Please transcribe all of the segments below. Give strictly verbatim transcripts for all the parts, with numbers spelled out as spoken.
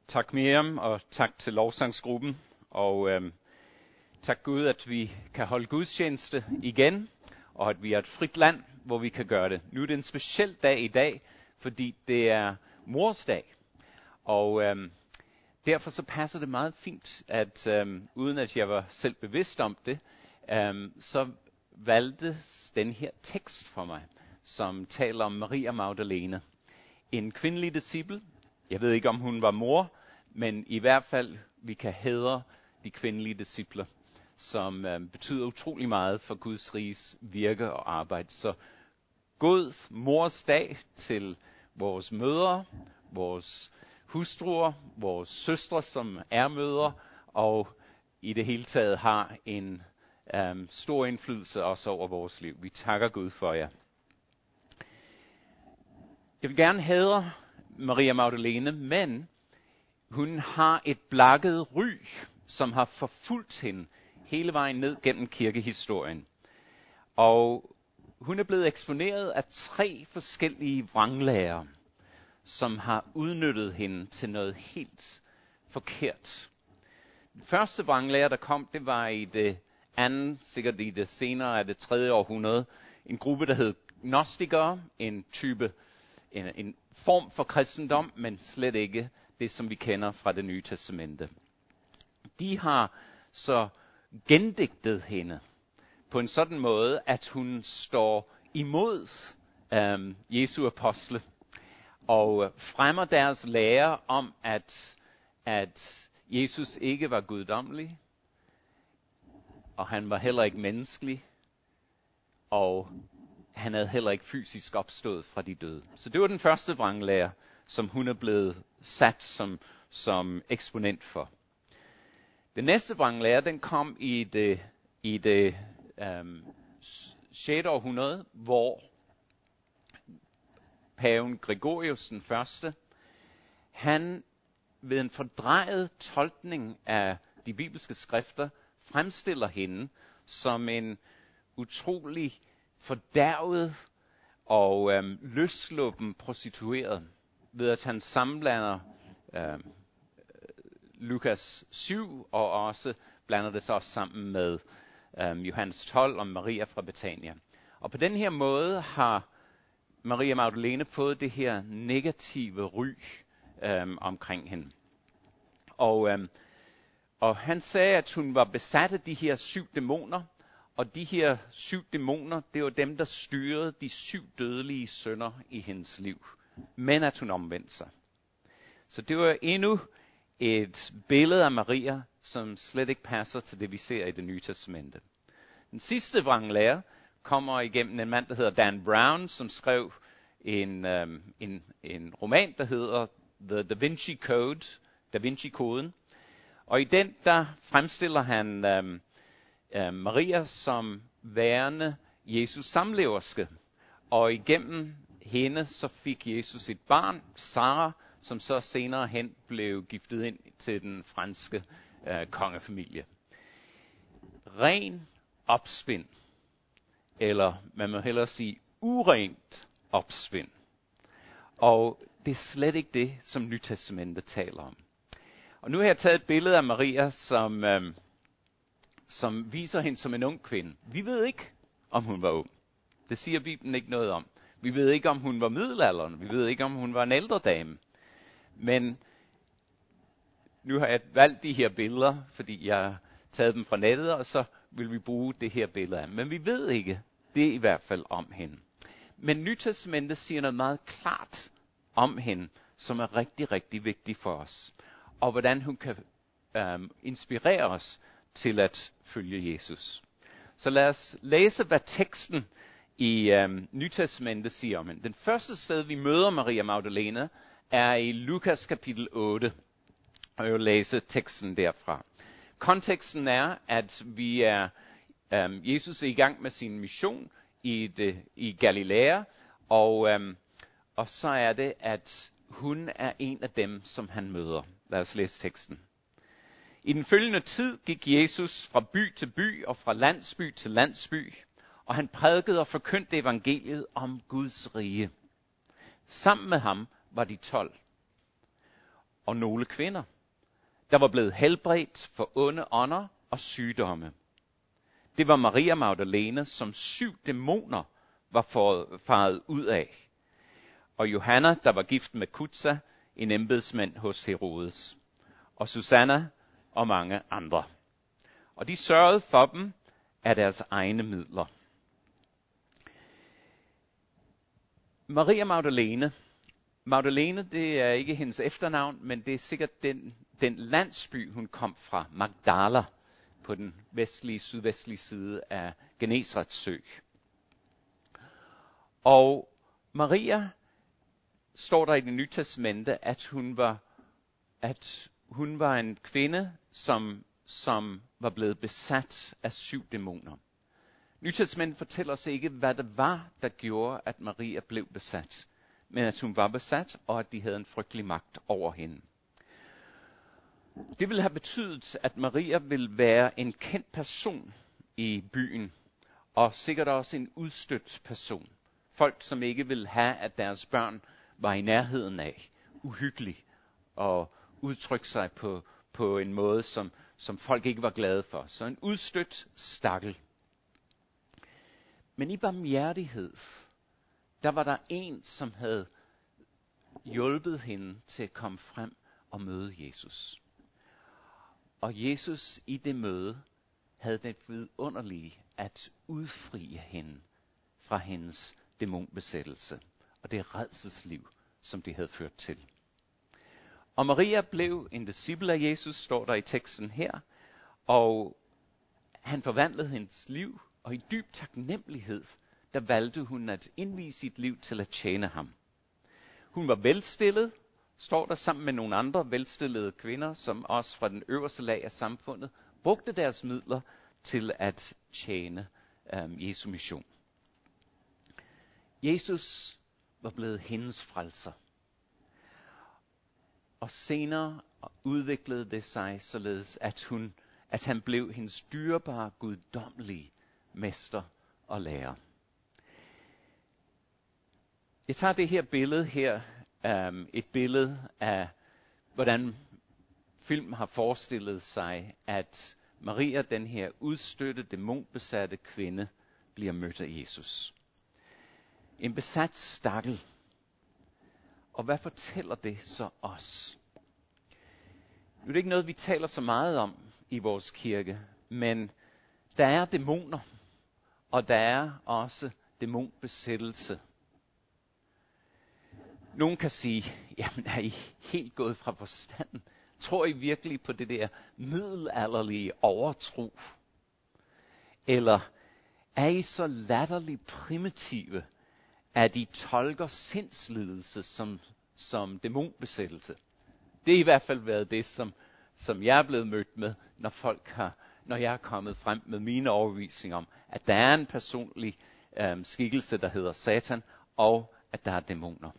Tak Miriam, og tak til lovsangsgruppen, og øhm, tak Gud, at vi kan holde gudstjeneste igen, og at vi er et frit land, hvor vi kan gøre det. Nu er det en speciel dag i dag, fordi det er mors dag, og øhm, derfor så passer det meget fint, at øhm, uden at jeg var selv bevidst om det, øhm, så valgtes den her tekst for mig, som taler om Maria Magdalene, en kvindelig disciple. Jeg ved ikke, om hun var mor, men i hvert fald, vi kan hædre de kvindelige discipler, som øh, betyder utrolig meget for Guds riges virke og arbejde. Så god mors dag til vores mødre, vores hustruer, vores søstre, som er mødre, og i det hele taget har en øh, stor indflydelse også over vores liv. Vi takker Gud for jer. Jeg vil gerne hædre Maria Magdalene, men hun har et blakket ry, som har forfulgt hende hele vejen ned gennem kirkehistorien. Og hun er blevet eksponeret af tre forskellige vranglærer, som har udnyttet hende til noget helt forkert. Den første vranglærer, der kom, det var i det andet, sikkert i det senere af det tredje århundrede, en gruppe, der hed gnostikere, en type, en, en form for kristendom, men slet ikke det, som vi kender fra det nye testamente. De har så gendigtet hende på en sådan måde, at hun står imod øhm, Jesu apostle og fremmer deres lære om, at, at Jesus ikke var guddommelig, og han var heller ikke menneskelig, og han havde heller ikke fysisk opstået fra de døde. Så det var den første vranglære, som hun er blevet sat som, som eksponent for. Den næste vranglære, den kom i det, i det øhm, sjette århundrede, hvor paven Gregorius den første, han ved en fordrejet tolkning af de bibelske skrifter, fremstiller hende som en utrolig fordærvet og øhm, løsluppen prostitueret, ved at han sammenblander øh, Lukas syv, og også blander det så også sammen med øh, Johannes tolv om Maria fra Betania. Og på den her måde har Maria Magdalene fået det her negative ry øh, omkring hende. Og, øh, og han sagde, at hun var besat af de her syv dæmoner, og de her syv dæmoner, det var dem, der styrede de syv dødelige synder i hendes liv, men at hun omvendte sig. Så det var endnu et billede af Maria, som slet ikke passer til det, vi ser i det nye testamente. Den sidste vranglære kommer igennem en mand, der hedder Dan Brown, som skrev en, um, en, en roman, der hedder The Da Vinci Code, Da Vinci-koden. Og i den, der fremstiller han um, uh, Maria som værende Jesus samleverske. Og igennem hende så fik Jesus et barn, Sara, som så senere hen blev giftet ind til den franske øh, kongefamilie. Ren opspind, eller man må hellere sige urent opspind. Og det er slet ikke det, som Nytestamentet taler om. Og nu har jeg taget et billede af Maria, som, øh, som viser hende som en ung kvinde. Vi ved ikke, om hun var ung. Det siger Bibelen ikke noget om. Vi ved ikke, om hun var middelalderen. Vi ved ikke, om hun var en ældre dame. Men nu har jeg valgt de her billeder, fordi jeg har taget dem fra nettet, og så vil vi bruge det her billede af. Men vi ved ikke det i hvert fald om hende. Men Nytestamentet siger noget meget klart om hende, som er rigtig, rigtig vigtigt for os. Og hvordan hun kan øhm, inspirere os til at følge Jesus. Så lad os læse, hvad teksten i øhm, Nytestamentet siger om hende. Den første sted, vi møder Maria Magdalene, er i Lukas kapitel otte, og jeg vil læse teksten derfra. Konteksten er, at vi er, um, Jesus er i gang med sin mission i, det, i Galilea, og, um, og så er det, at hun er en af dem, som han møder. Lad os læse teksten. I den følgende tid gik Jesus fra by til by og fra landsby til landsby, og han prædikede og forkyndte evangeliet om Guds rige. Sammen med ham var de tolv. og nogle kvinder, der var blevet helbredt for onde ånder og sygdomme. Det var Maria Magdalene, som syv dæmoner var faret ud af, og Johanna, der var gift med Kutsa, en embedsmand hos Herodes, og Susanna og mange andre. Og de sørgede for dem af deres egne midler. Maria Magdalene. Magdalene, det er ikke hendes efternavn, men det er sikkert den, den landsby, hun kom fra, Magdala, på den vestlige, sydvestlige side af Genesarets sø. Og Maria, står der i Det Nye Testamente, at hun var, at hun var en kvinde, som, som var blevet besat af syv dæmoner. Nye Testamentet fortæller os ikke, hvad det var, der gjorde, at Maria blev besat, men at hun var besat, og at de havde en frygtelig magt over hende. Det ville have betydet, at Maria ville være en kendt person i byen, og sikkert også en udstødt person. Folk, som ikke ville have, at deres børn var i nærheden af, uhyggelig, og udtrykke sig på, på en måde, som, som folk ikke var glade for. Så en udstødt stakkel. Men i barmhjertighed, der var der en, som havde hjulpet hende til at komme frem og møde Jesus. Og Jesus i det møde havde det vidunderlige at udfrie hende fra hendes dæmonbesættelse og det rædselsliv, som det havde ført til. Og Maria blev en disciple af Jesus, står der i teksten her, og han forvandlede hendes liv, og i dyb taknemmelighed, der valgte hun at indvie sit liv til at tjene ham. Hun var velstillet, står der sammen med nogle andre velstillede kvinder, som også fra den øverste lag af samfundet, brugte deres midler til at tjene um, Jesu mission. Jesus var blevet hendes frelser. Og senere udviklede det sig således, at, hun, at han blev hendes dyrebare, guddommelige mester og lærer. Jeg tager det her billede her, um, et billede af, hvordan film har forestillet sig, at Maria, den her udstødte, dæmonbesatte kvinde, bliver mødt af Jesus. En besat stakkel. Og hvad fortæller det så os? Nu er det ikke noget, vi taler så meget om i vores kirke, men der er dæmoner, og der er også dæmonbesættelse. Nogen kan sige, jamen er I helt gået fra forstanden? Tror I virkelig på det der middelalderlige overtro? Eller er I så latterligt primitive, at I tolker sindslidelse som, som dæmonbesættelse? Det er i hvert fald været det, som, som jeg er blevet mødt med, når folk har, når jeg er kommet frem med mine overbevisninger om, at der er en personlig øhm, skikkelse, der hedder Satan, og at der er dæmoner.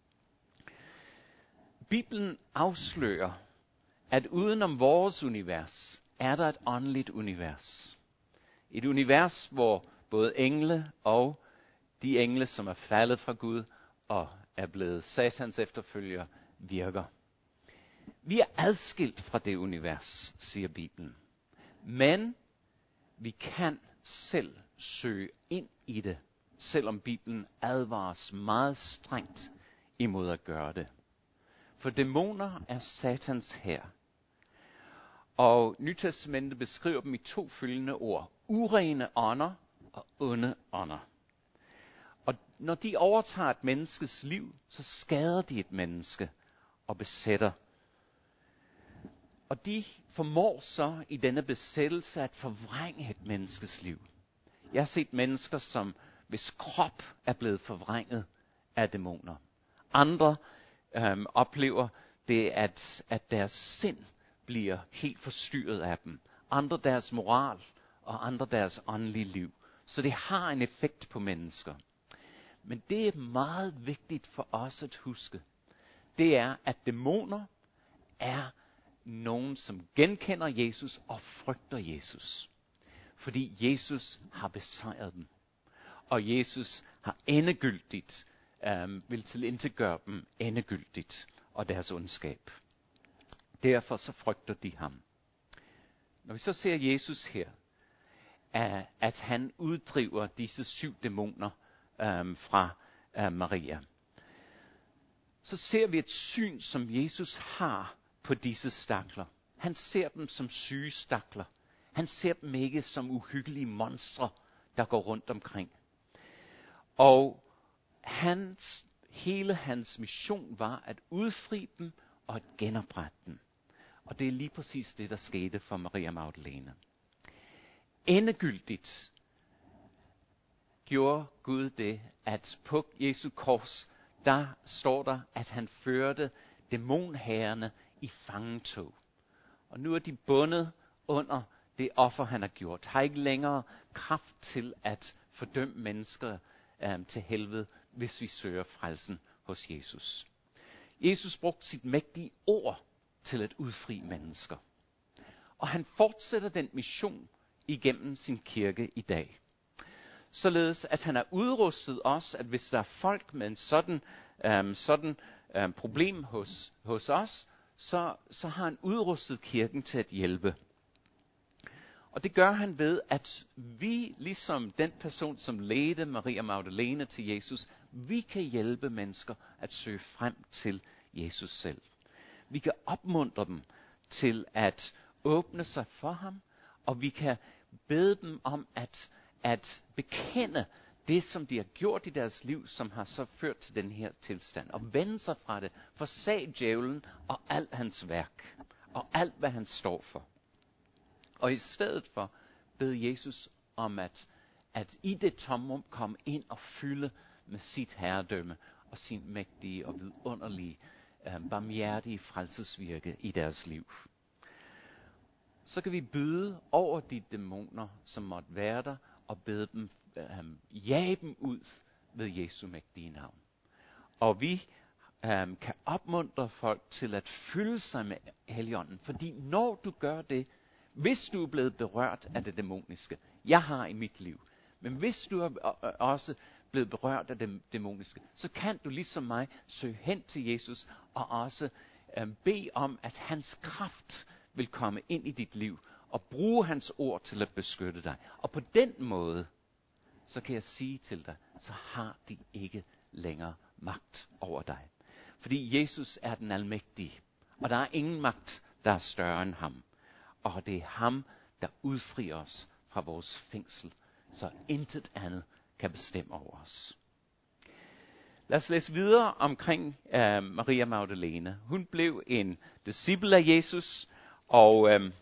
Bibelen afslører, at udenom vores univers, er der et åndeligt univers. Et univers, hvor både engle og de engle, som er faldet fra Gud og er blevet Satans efterfølgere, virker. Vi er adskilt fra det univers, siger Bibelen. Men vi kan selv søge ind i det, selvom Bibelen advares meget strengt imod at gøre det. For dæmoner er Satans hær. Og Nytestamentet beskriver dem i to følgende ord. Urene ånder og onde ånder. Og når de overtager et menneskes liv, så skader de et menneske og besætter. Og de formår så i denne besættelse at forvrænge et menneskes liv. Jeg har set mennesker, som hvis krop er blevet forvrænget af dæmoner. Andre øhm, oplever det, at, at deres sind bliver helt forstyrret af dem. Andre deres moral, og andre deres åndelige liv. Så det har en effekt på mennesker. Men det er meget vigtigt for os at huske. Det er, at dæmoner er nogen, som genkender Jesus og frygter Jesus. Fordi Jesus har besejret dem. Og Jesus har endegyldigt, um, vil tilintetgøre dem endegyldigt og deres ondskab. Derfor så frygter de ham. Når vi så ser Jesus her, at han uddriver disse syv dæmoner øhm, fra øh, Maria, så ser vi et syn, som Jesus har på disse stakler. Han ser dem som syge stakler. Han ser dem ikke som uhyggelige monstre, der går rundt omkring. Og hans, hele hans mission var at udfri dem og at genoprette dem. Og det er lige præcis det, der skete for Maria Magdalene. Endegyldigt gjorde Gud det, at på Jesu kors, der står der, at han førte dæmonherrerne i fangetog. Og nu er de bundet under det offer, han har gjort. Har ikke længere kraft til at fordømme mennesker øh, til helvede, hvis vi søger frelsen hos Jesus. Jesus brugte sit mægtige ord til at udfri mennesker. Og han fortsætter den mission igennem sin kirke i dag. Således at han har udrustet os, at hvis der er folk med en sådan, øhm, sådan øhm, problem hos, hos os, så, så har han udrustet kirken til at hjælpe. Og det gør han ved, at vi, ligesom den person, som ledte Maria Magdalene til Jesus, vi kan hjælpe mennesker at søge frem til Jesus selv. Vi kan opmuntre dem til at åbne sig for ham, og vi kan bede dem om at, at bekende det, som de har gjort i deres liv, som har så ført til den her tilstand. Og vende sig fra det, forsag djævlen og alt hans værk, og alt hvad han står for. Og i stedet for bede Jesus om at, at i det tomrum komme ind og fylde med sit herredømme og sin mægtige og vidunderlige, øh, barmhjertige frelsesvirke i deres liv. Så kan vi byde over de dæmoner, som måtte være der, og bede dem, øh, jage dem ud ved Jesu mægtige navn. Og vi øh, kan opmuntre folk til at fylde sig med Helligånden, fordi når du gør det, hvis du er blevet berørt af det dæmoniske, jeg har i mit liv, men hvis du er også blevet berørt af det dæmoniske, så kan du ligesom mig søge hen til Jesus og også øh, bede om, at hans kraft vil komme ind i dit liv og bruge hans ord til at beskytte dig. Og på den måde, så kan jeg sige til dig, så har de ikke længere magt over dig. Fordi Jesus er den almægtige, og der er ingen magt, der er større end ham. Og det er ham, der udfrier os fra vores fængsel, så intet andet kan bestemme over os. Lad os læse videre omkring øh, Maria Magdalene. Hun blev en disciple af Jesus, og øh,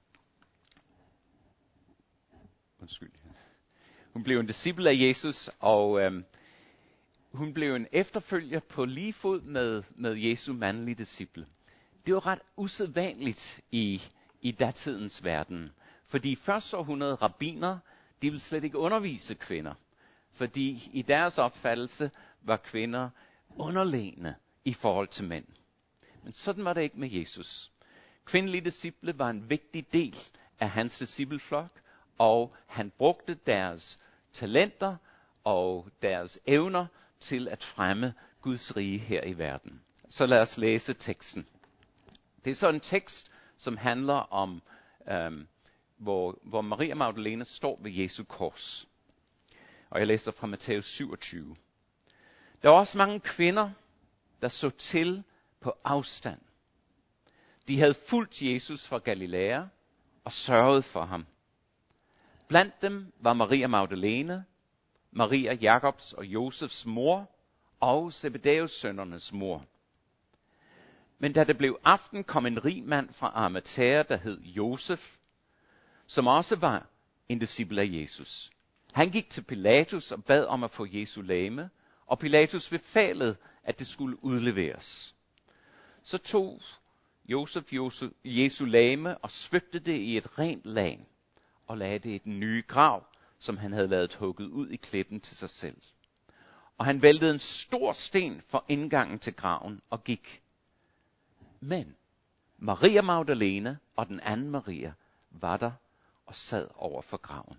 undskyld. Hun blev en disciple af Jesus, og øh, hun blev en efterfølger på lige fod med, med Jesu mandlige disciple. Det var ret usædvanligt i, i datidens verden, fordi første århundrede rabbiner, de ville slet ikke undervise kvinder, fordi i deres opfattelse var kvinder underlegne i forhold til mænd. Men sådan var det ikke med Jesus. Kvindelige disciple var en vigtig del af hans discipleflok, og han brugte deres talenter og deres evner til at fremme Guds rige her i verden. Så lad os læse teksten. Det er så en tekst, som handler om, øhm, hvor, hvor Maria Magdalene står ved Jesu kors. Og jeg læser fra Matthæus syvogtyve. Der var også mange kvinder, der så til på afstand. De havde fulgt Jesus fra Galilea og sørget for ham. Blandt dem var Maria Magdalene, Maria Jakobs og Josefs mor og Zebedæus sønnernes mor. Men da det blev aften, kom en rig mand fra Arimathæa, der hed Josef, som også var en disciple af Jesus. Han gik til Pilatus og bad om at få Jesu legeme, og Pilatus befalede, at det skulle udleveres. Så tog Josef Jesu legeme og svøbte det i et rent lag, og lagde det i den nye grav, som han havde lavet hugget ud i klippen til sig selv. Og han væltede en stor sten for indgangen til graven og gik. Men Maria Magdalene og den anden Maria var der og sad over for graven.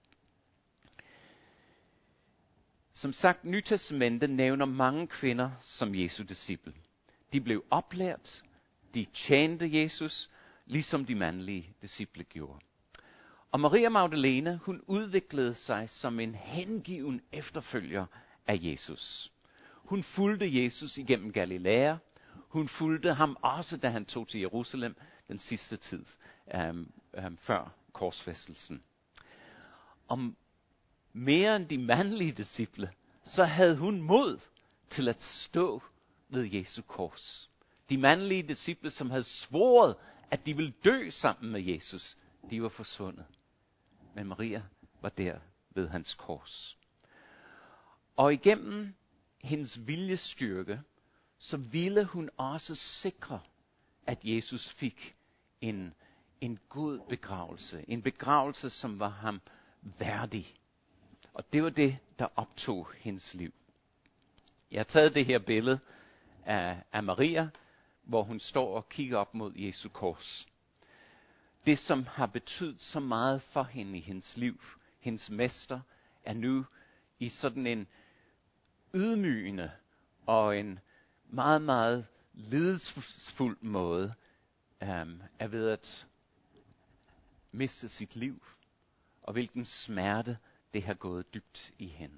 Som sagt, Nytestamentet nævner mange kvinder som Jesu disciple. De blev oplært De tjente Jesus, ligesom de mandlige disciple gjorde. Og Maria Magdalene, hun udviklede sig som en hengiven efterfølger af Jesus. Hun fulgte Jesus igennem Galilea. Hun fulgte ham også, da han tog til Jerusalem den sidste tid, um, um, før korsfæstelsen. Om mere end de mandlige disciple, så havde hun mod til at stå ved Jesu kors. De mandlige disciple, som havde svoret, at de ville dø sammen med Jesus, de var forsvundet. Men Maria var der ved hans kors. Og igennem hendes viljestyrke, så ville hun også sikre, at Jesus fik en, en god begravelse. En begravelse, som var ham værdig. Og det var det, der optog hendes liv. Jeg har taget det her billede af, af Maria, hvor hun står og kigger op mod Jesu kors. Det, som har betydet så meget for hende i hendes liv, hendes mester, er nu i sådan en ydmygende og en meget, meget lidelsesfuld måde, um, er ved at miste sit liv, og hvilken smerte det har gået dybt i hende.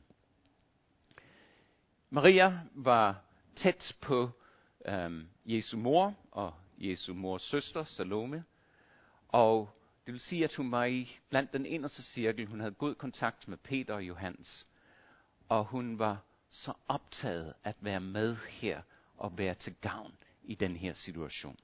Maria var tæt på um, Jesu mor og Jesu mors søster, Salome, og det vil sige, at hun var i blandt den inderste cirkel. Hun havde god kontakt med Peter og Johannes, og hun var så optaget at være med her og være til gavn i den her situation.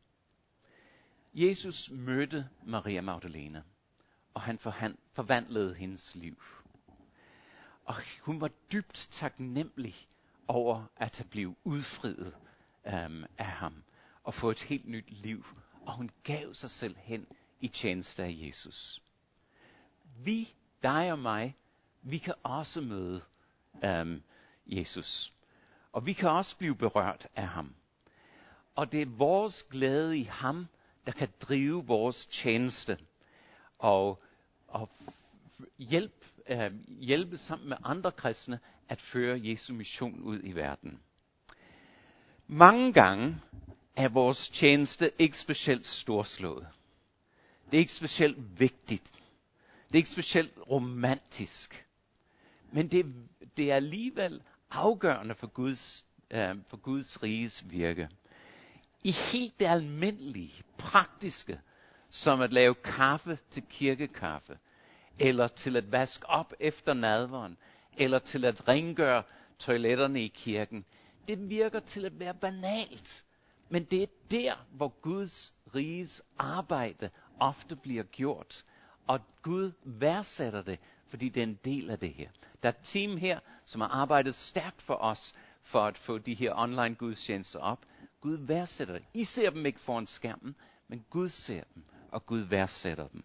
Jesus mødte Maria Magdalene, og han forvandlede hendes liv. Og hun var dybt taknemmelig over at have blevet udfriet um, af ham og få et helt nyt liv. Og hun gav sig selv hen i tjeneste af Jesus. Vi, dig og mig, vi kan også møde um, Jesus. Og vi kan også blive berørt af ham. Og det er vores glæde i ham, der kan drive vores tjeneste. Og, og hjælpe, uh, hjælpe sammen med andre kristne at føre Jesu mission ud i verden. Mange gange er vores tjeneste ikke specielt storslået. Det er ikke specielt vigtigt. Det er ikke specielt romantisk. Men det, det er alligevel afgørende for Guds, øh, for Guds riges virke. I helt det almindelige, praktiske, som at lave kaffe til kirkekaffe, eller til at vaske op efter nadveren, eller til at rengøre toiletterne i kirken. Det virker til at være banalt. Men det er der, hvor Guds riges arbejde ofte bliver gjort. Og Gud værdsætter det, fordi det er en del af det her. Der er et team her, som har arbejdet stærkt for os, for at få de her online gudstjenester op. Gud værdsætter det. I ser dem ikke foran skærmen, men Gud ser dem, og Gud værdsætter dem.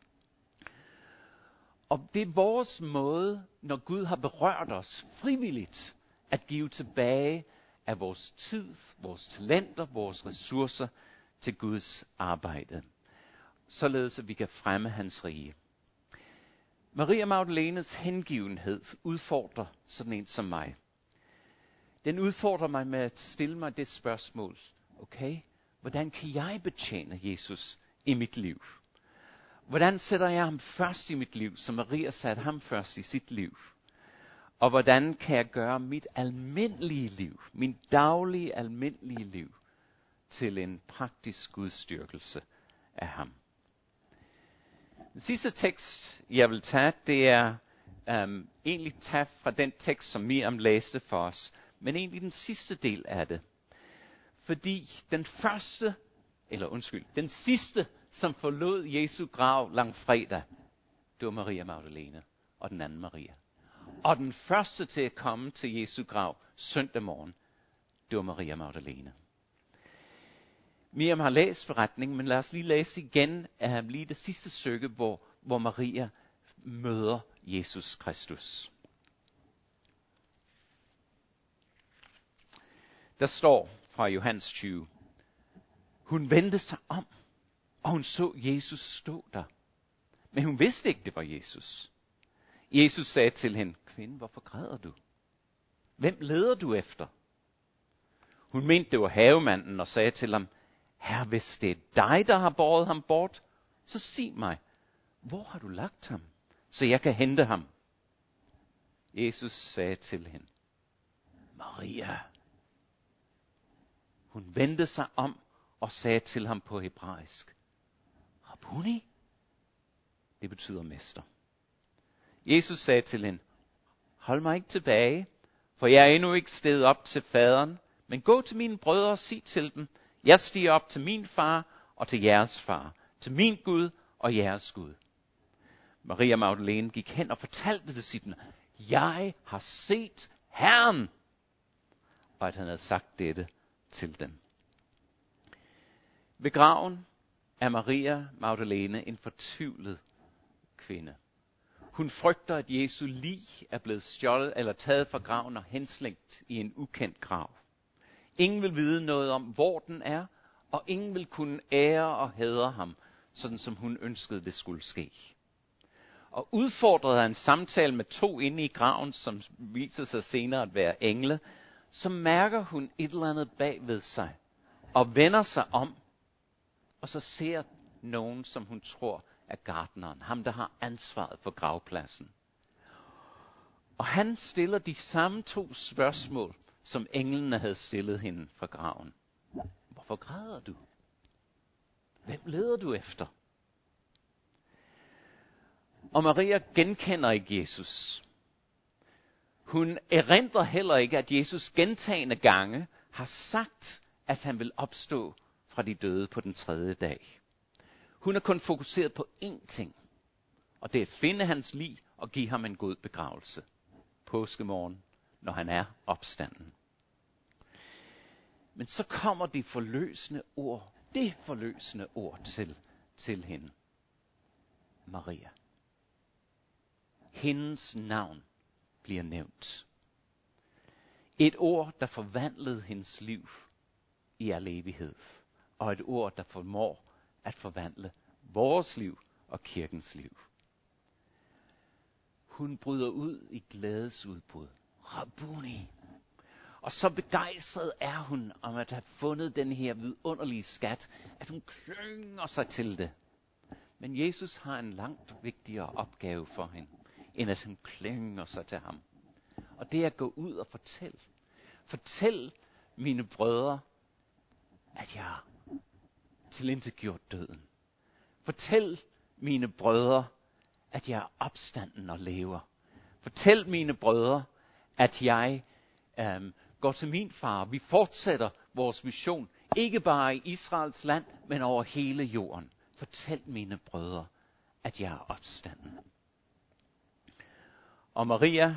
Og det er vores måde, når Gud har berørt os frivilligt, at give tilbage af vores tid, vores talenter, vores ressourcer til Guds arbejde. Således at vi kan fremme hans rige. Maria Magdalenes hengivenhed udfordrer sådan en som mig. Den udfordrer mig med at stille mig det spørgsmål. Okay, hvordan kan jeg betjene Jesus i mit liv? Hvordan sætter jeg ham først i mit liv, som Maria satte ham først i sit liv? Og hvordan kan jeg gøre mit almindelige liv, min daglige almindelige liv, til en praktisk gudstyrkelse af ham? Den sidste tekst, jeg vil tage, det er um, egentlig taget fra den tekst, som Miriam læste for os, men egentlig den sidste del af det. Fordi den første, eller undskyld, den sidste, som forlod Jesu grav langfredag, det var Maria Magdalene og den anden Maria. Og den første til at komme til Jesu grav søndag morgen, det var Maria Magdalene. Miriam har læst forretningen, men lad os lige læse igen uh, lige det sidste stykke, hvor, hvor Maria møder Jesus Kristus. Der står fra Johannes tyve. Hun vendte sig om, og hun så Jesus stå der. Men hun vidste ikke, det var Jesus. Jesus sagde til hende, kvinde, hvorfor græder du? Hvem leder du efter? Hun mente, det var havemanden, og sagde til ham, Herre, hvis det er dig, der har båret ham bort, så sig mig, hvor har du lagt ham, så jeg kan hente ham? Jesus sagde til hende, Maria. Hun vendte sig om og sagde til ham på hebraisk, Rabbuni? Det betyder mester. Jesus sagde til hende, hold mig ikke tilbage, for jeg er endnu ikke steget op til faderen, men gå til mine brødre og sig til dem, jeg stiger op til min far og til jeres far, til min Gud og jeres Gud. Maria Magdalene gik hen og fortalte disciplene, jeg har set Herren, og at han havde sagt dette til dem. Ved graven er Maria Magdalene en fortvivlet kvinde. Hun frygter, at Jesu lig er blevet stjålet eller taget fra graven og henslængt i en ukendt grav. Ingen vil vide noget om, hvor den er, og ingen vil kunne ære og hædre ham, sådan som hun ønskede, det skulle ske. Og udfordret af en samtale med to inde i graven, som viser sig senere at være engle, så mærker hun et eller andet bag ved sig, og vender sig om, og så ser nogen, som hun tror er gartneren, ham der har ansvaret for gravpladsen. Og han stiller de samme to spørgsmål, som englene havde stillet hende fra graven. Hvorfor græder du? Hvem leder du efter? Og Maria genkender ikke Jesus. Hun erindrer heller ikke, at Jesus gentagne gange har sagt, at han vil opstå fra de døde på den tredje dag. Hun er kun fokuseret på én ting, og det er at finde hans lig og give ham en god begravelse. Påskemorgen, når han er opstanden. Men så kommer det forløsende ord, det forløsende ord til, til hende. Maria. Hendes navn bliver nævnt. Et ord, der forvandlede hendes liv i al evighed. Og et ord, der formår at forvandle vores liv og kirkens liv. Hun bryder ud i glædesudbrud. Rabbuni. Og så begejstret er hun om at have fundet den her vidunderlige skat, at hun klynger sig til det. Men Jesus har en langt vigtigere opgave for hende, end at hun klynger sig til ham. Og det er at gå ud og fortælle. Fortæl mine brødre, at jeg har tilintetgjort døden. Fortæl mine brødre, at jeg er opstanden og lever. Fortæl mine brødre, at jeg øhm, går til min far. Vi fortsætter vores mission, ikke bare i Israels land, men over hele jorden. Fortæl mine brødre, at jeg er opstanden. Og Maria,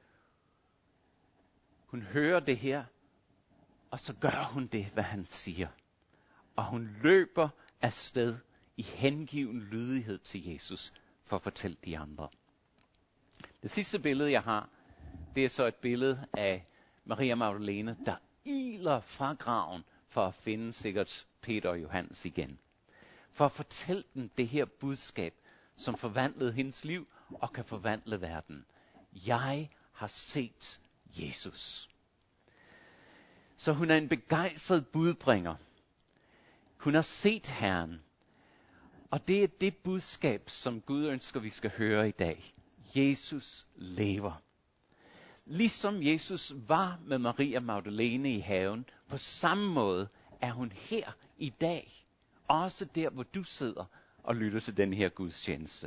hun hører det her, og så gør hun det, hvad han siger. Og hun løber afsted i hengiven lydighed til Jesus, for at fortælle de andre. Det sidste billede, jeg har, det er så et billede af Maria Magdalene, der iler fra graven for at finde sikkert Peter og Johannes igen. For at fortælle dem det her budskab, som forvandlede hendes liv og kan forvandle verden. Jeg har set Jesus. Så hun er en begejstret budbringer. Hun har set Herren. Og det er det budskab, som Gud ønsker, vi skal høre i dag. Jesus lever. Ligesom Jesus var med Maria Magdalene i haven, på samme måde er hun her i dag. Også der, hvor du sidder og lytter til den her gudstjeneste.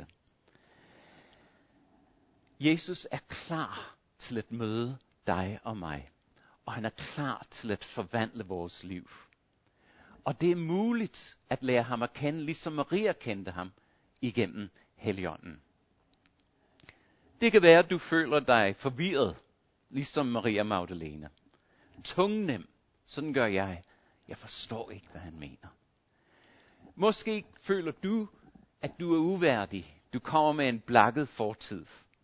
Jesus er klar til at møde dig og mig. Og han er klar til at forvandle vores liv. Og det er muligt at lære ham at kende, ligesom Maria kendte ham, igennem Helligånden. Det kan være, at du føler dig forvirret, ligesom Maria Magdalene. Tungnem, sådan gør jeg. Jeg forstår ikke, hvad han mener. Måske føler du, at du er uværdig. Du kommer med en blakket fortid.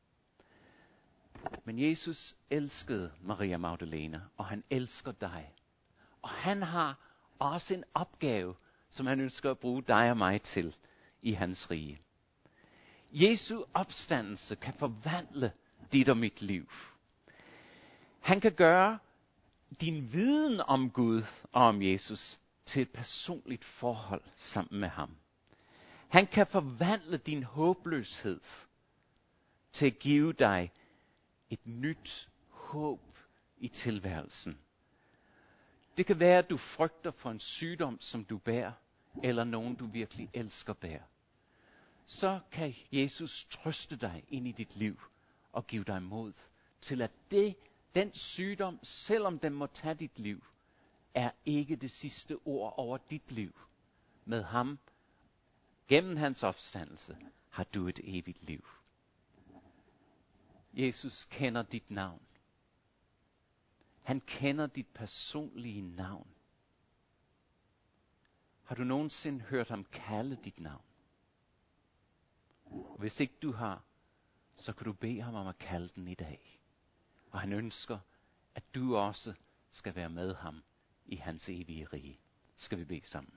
Men Jesus elskede Maria Magdalene, og han elsker dig. Og han har også en opgave, som han ønsker at bruge dig og mig til i hans rige. Jesu opstandelse kan forvandle dit og mit liv. Han kan gøre din viden om Gud og om Jesus til et personligt forhold sammen med ham. Han kan forvandle din håbløshed til at give dig et nyt håb i tilværelsen. Det kan være, at du frygter for en sygdom, som du bærer, eller nogen, du virkelig elsker bærer. Så kan Jesus trøste dig ind i dit liv og give dig mod til, at det, den sygdom, selvom den må tage dit liv, er ikke det sidste ord over dit liv. Med ham, gennem hans opstandelse, har du et evigt liv. Jesus kender dit navn. Han kender dit personlige navn. Har du nogensinde hørt ham kalde dit navn? Hvis ikke du har, så kan du bede ham om at kalde den i dag. Og han ønsker, at du også skal være med ham i hans evige rige. Skal vi bede sammen?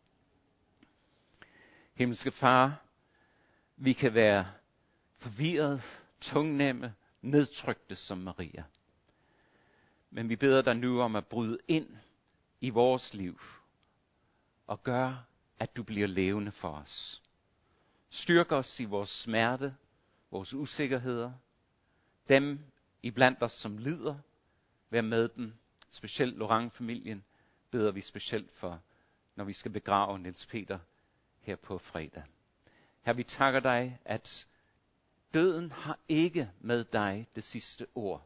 Himmelske Far, vi kan være forvirret, tungnemme, nedtrykte som Maria. Men vi beder dig nu om at bryde ind i vores liv og gøre, at du bliver levende for os. Styrk os i vores smerte, vores usikkerheder. Dem iblandt os, som lider, vær med dem. Specielt Laurent-familien beder vi specielt for, når vi skal begrave Niels Peter her på fredag. Herre, vi takker dig, at døden har ikke med dig det sidste ord.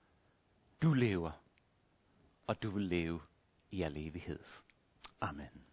Du lever, og du vil leve i al evighed. Amen.